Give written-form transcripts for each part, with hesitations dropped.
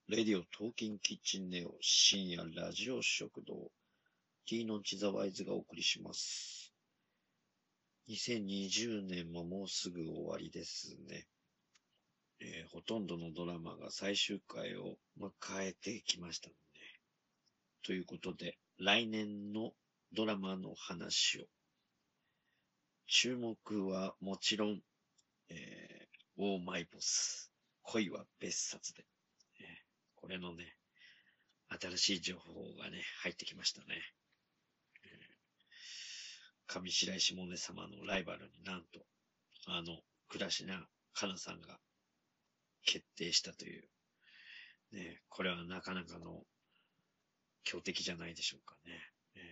レディオトーキンキッチンネオ深夜ラジオ食堂 T のチザワイズがお送りします。2020年ももうすぐ終わりですね。ほとんどのドラマが最終回を迎えてきましたね。ということで、来年のドラマの話を。注目はもちろん、オーマイボス。恋は別冊で。これのね、新しい情報がね、入ってきましたね。上白石萌音様のライバルになんと、倉科香菜さんが決定したという、ね、これはなかなかの強敵じゃないでしょうかね。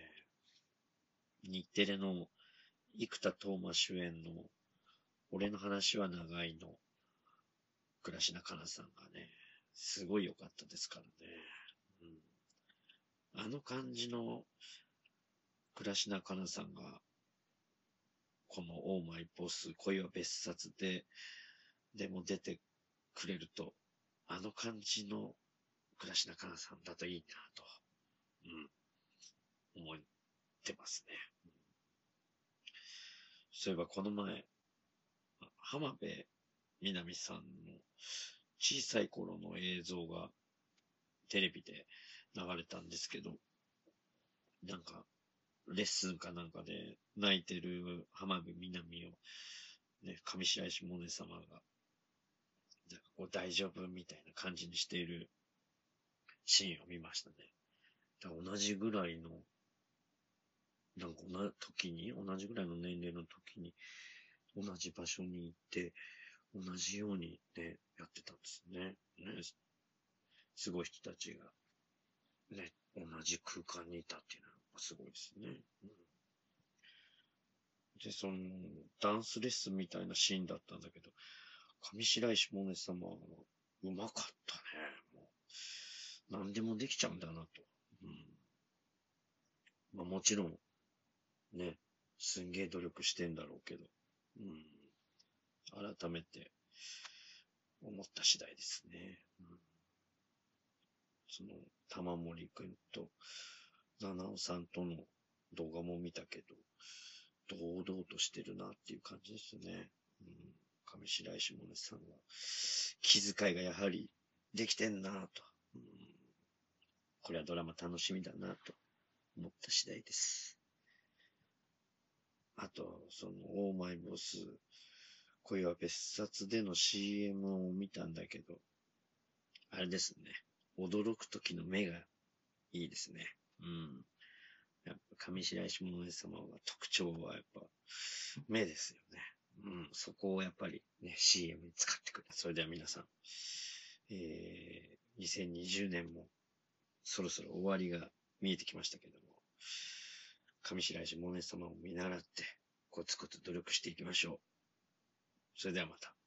日テレの生田斗真主演の俺の話は長いの倉科香菜さんがね、すごい良かったですからね。あの感じの倉科香菜さんが、このオーマイボス恋は別冊でも出てくれると、あの感じの倉科香菜さんだといいなと、思ってますね。そういえばこの前、浜辺美波さんの小さい頃の映像がテレビで流れたんですけど、なんか、レッスンかなんかで泣いてる浜辺美波を、ね、上白石萌音様が、なんかこう大丈夫みたいな感じにしているシーンを見ましたね。同じぐらいの、なんか同じぐらいの年齢の時に、同じ場所に行って、同じようにね、やってたんですね。すごい人たちが、ね、同じ空間にいたっていうのがすごいですね。で、ダンスレッスンみたいなシーンだったんだけど、上白石萌音様はうまかったね。もう、何でもできちゃうんだなと。まあもちろん、ね、すんげえ努力してんだろうけど、改めて思った次第ですね。玉森くんと、七尾さんとの動画も見たけど、堂々としてるなっていう感じですね。上白石萌音さんは、気遣いがやはりできてんなと、これはドラマ楽しみだなと思った次第です。あと、オーマイボス、恋は別冊での CM を見たんだけど、あれですね。驚く時の目がいいですね。やっぱ上白石萌音様は特徴はやっぱ目ですよね。そこをやっぱりね、CM に使ってくる。それでは皆さん、2020年もそろそろ終わりが見えてきましたけども、上白石萌音様を見習ってコツコツ努力していきましょう。それではまた。